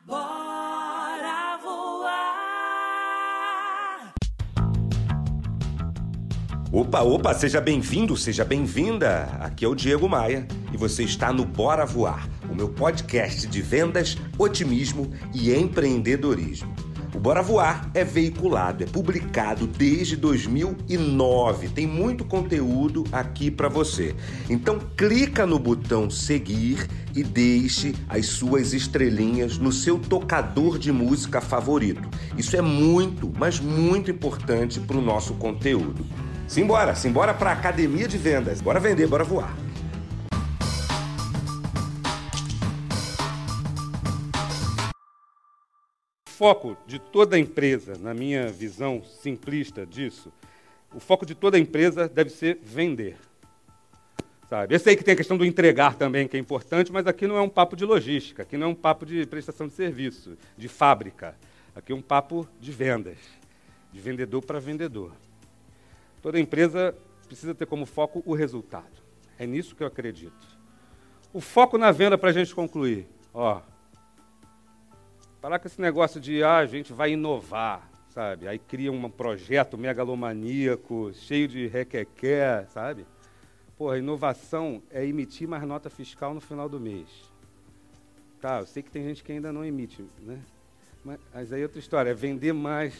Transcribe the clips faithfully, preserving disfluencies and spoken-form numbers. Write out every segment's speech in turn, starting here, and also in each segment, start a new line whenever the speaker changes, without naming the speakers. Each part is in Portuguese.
Bora voar!
Opa, opa, seja bem-vindo, seja bem-vinda. Aqui é o Diego Maia e você está no Bora Voar, o meu podcast de vendas, otimismo e empreendedorismo. O Bora Voar é veiculado, é publicado desde dois mil e nove. Tem muito conteúdo aqui para você. Então clica no botão seguir e deixe as suas estrelinhas no seu tocador de música favorito. Isso é muito, mas muito importante para o nosso conteúdo. Simbora, simbora para a Academia de Vendas. Bora vender, bora voar.
O foco de toda empresa, na minha visão simplista disso, o foco de toda empresa deve ser vender. Sabe? Eu sei que tem a questão do entregar também, que é importante, mas aqui não é um papo de logística, aqui não é um papo de prestação de serviço, de fábrica. Aqui é um papo de vendas, de vendedor para vendedor. Toda empresa precisa ter como foco o resultado. É nisso que eu acredito. O foco na venda, para a gente concluir, ó, parar com esse negócio de, ah, a gente vai inovar, sabe? Aí cria um projeto megalomaníaco, cheio de requequé, sabe? Porra, inovação é emitir mais nota fiscal no final do mês. Tá, eu sei que tem gente que ainda não emite, né? Mas, mas aí é outra história, é vender mais,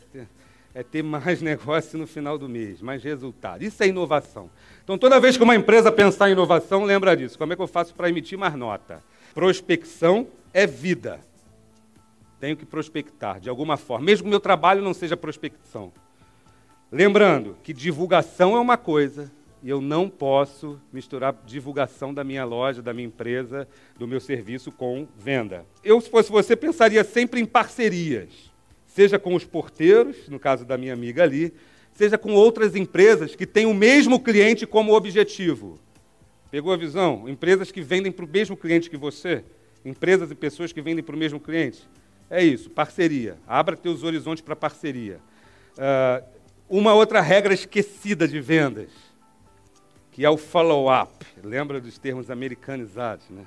é ter mais negócio no final do mês, mais resultado. Isso é inovação. Então, toda vez que uma empresa pensar em inovação, lembra disso. Como é que eu faço para emitir mais nota? Prospecção é vida. Tenho que prospectar, de alguma forma, mesmo que o meu trabalho não seja prospecção. Lembrando que divulgação é uma coisa, e eu não posso misturar divulgação da minha loja, da minha empresa, do meu serviço com venda. Eu, se fosse você, pensaria sempre em parcerias, seja com os porteiros, no caso da minha amiga ali, seja com outras empresas que têm o mesmo cliente como objetivo. Pegou a visão? Empresas que vendem para o mesmo cliente que você, empresas e pessoas que vendem para o mesmo cliente. É isso, parceria. Abra teus horizontes para parceria. Uh, uma outra regra esquecida de vendas, que é o follow-up. Lembra dos termos americanizados, né?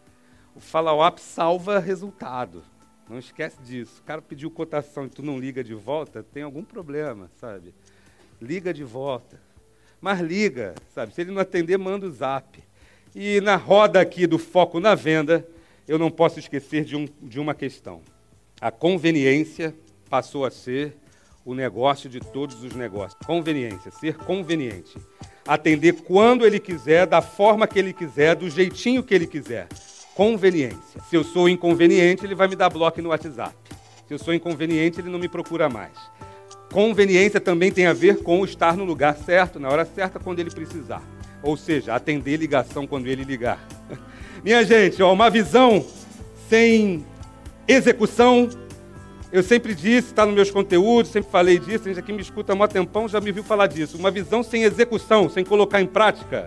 O follow-up salva resultado. Não esquece disso. O cara pediu cotação e tu não liga de volta, tem algum problema, sabe? Liga de volta. Mas liga, sabe? Se ele não atender, manda o zap. E na roda aqui do foco na venda, eu não posso esquecer de, um, de uma questão. A conveniência passou a ser o negócio de todos os negócios. Conveniência, ser conveniente. Atender quando ele quiser, da forma que ele quiser, do jeitinho que ele quiser. Conveniência. Se eu sou inconveniente, ele vai me dar bloco no WhatsApp. Se eu sou inconveniente, ele não me procura mais. Conveniência também tem a ver com estar no lugar certo, na hora certa, quando ele precisar. Ou seja, atender ligação quando ele ligar. Minha gente, ó, uma visão sem execução, eu sempre disse, está nos meus conteúdos, sempre falei disso, a gente aqui me escuta há mó tempão, já me viu falar disso. Uma visão sem execução, sem colocar em prática,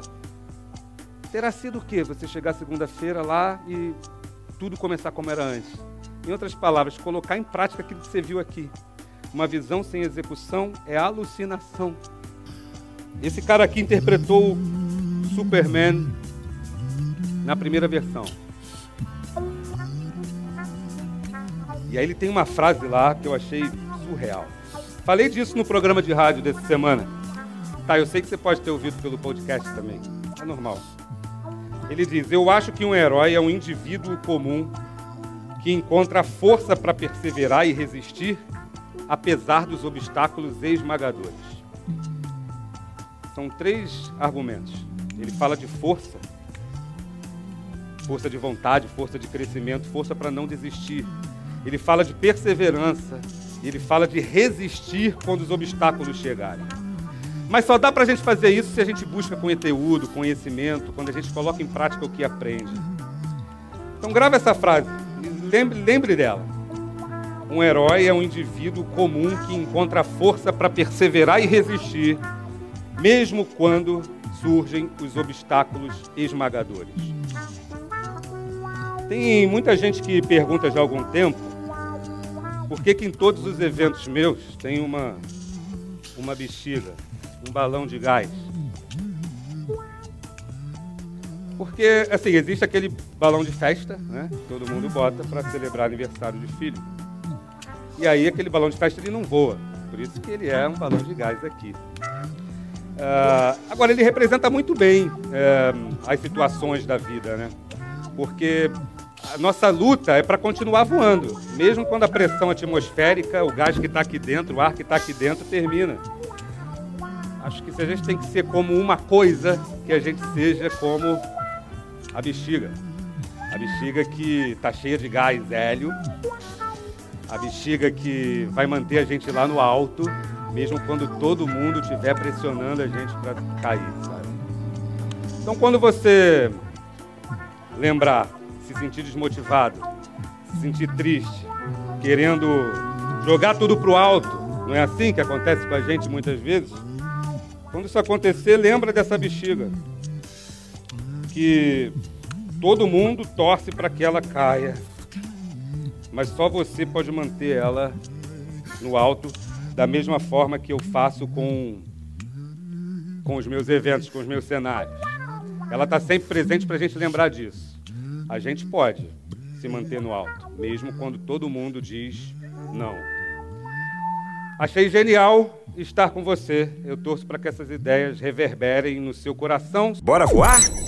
terá sido o quê? Você chegar segunda-feira lá e tudo começar como era antes. Em outras palavras, colocar em prática aquilo que você viu aqui. Uma visão sem execução é alucinação. Esse cara aqui interpretou o Superman na primeira versão. E aí ele tem uma frase lá que eu achei surreal. Falei disso no programa de rádio dessa semana. Tá, eu sei que você pode ter ouvido pelo podcast também. É normal. Ele diz, eu acho que um herói é um indivíduo comum que encontra força para perseverar e resistir, apesar dos obstáculos esmagadores. São três argumentos. Ele fala de força, força de vontade, força de crescimento, força para não desistir. Ele fala de perseverança, ele fala de resistir quando os obstáculos chegarem. Mas só dá para a gente fazer isso se a gente busca conteúdo, conhecimento, quando a gente coloca em prática o que aprende. Então grava essa frase, lembre, lembre dela. Um herói é um indivíduo comum que encontra força para perseverar e resistir, mesmo quando surgem os obstáculos esmagadores. Tem muita gente que pergunta já há algum tempo por que que em todos os eventos meus tem uma, uma bexiga, um balão de gás. Porque, assim, existe aquele balão de festa, né? Que todo mundo bota para celebrar aniversário de filho. E aí aquele balão de festa ele não voa. Por isso que ele é um balão de gás aqui. Uh, agora, ele representa muito bem uh, as situações da vida, né? Porque a nossa luta é para continuar voando, mesmo quando a pressão atmosférica, o gás que está aqui dentro, o ar que está aqui dentro, termina. Acho que se a gente tem que ser como uma coisa, que a gente seja como a bexiga. A bexiga que está cheia de gás hélio, a bexiga que vai manter a gente lá no alto, mesmo quando todo mundo estiver pressionando a gente para cair, sabe? Então, quando você lembrar, se sentir desmotivado, se sentir triste, querendo jogar tudo pro alto, não é assim que acontece com a gente muitas vezes? Quando isso acontecer, lembra dessa bexiga, que todo mundo torce para que ela caia, mas só você pode manter ela no alto, da mesma forma que eu faço com, com os meus eventos, com os meus cenários. Ela está sempre presente para a gente lembrar disso. A gente pode se manter no alto, mesmo quando todo mundo diz não. Achei genial estar com você. Eu torço para que essas ideias reverberem no seu coração.
Bora voar?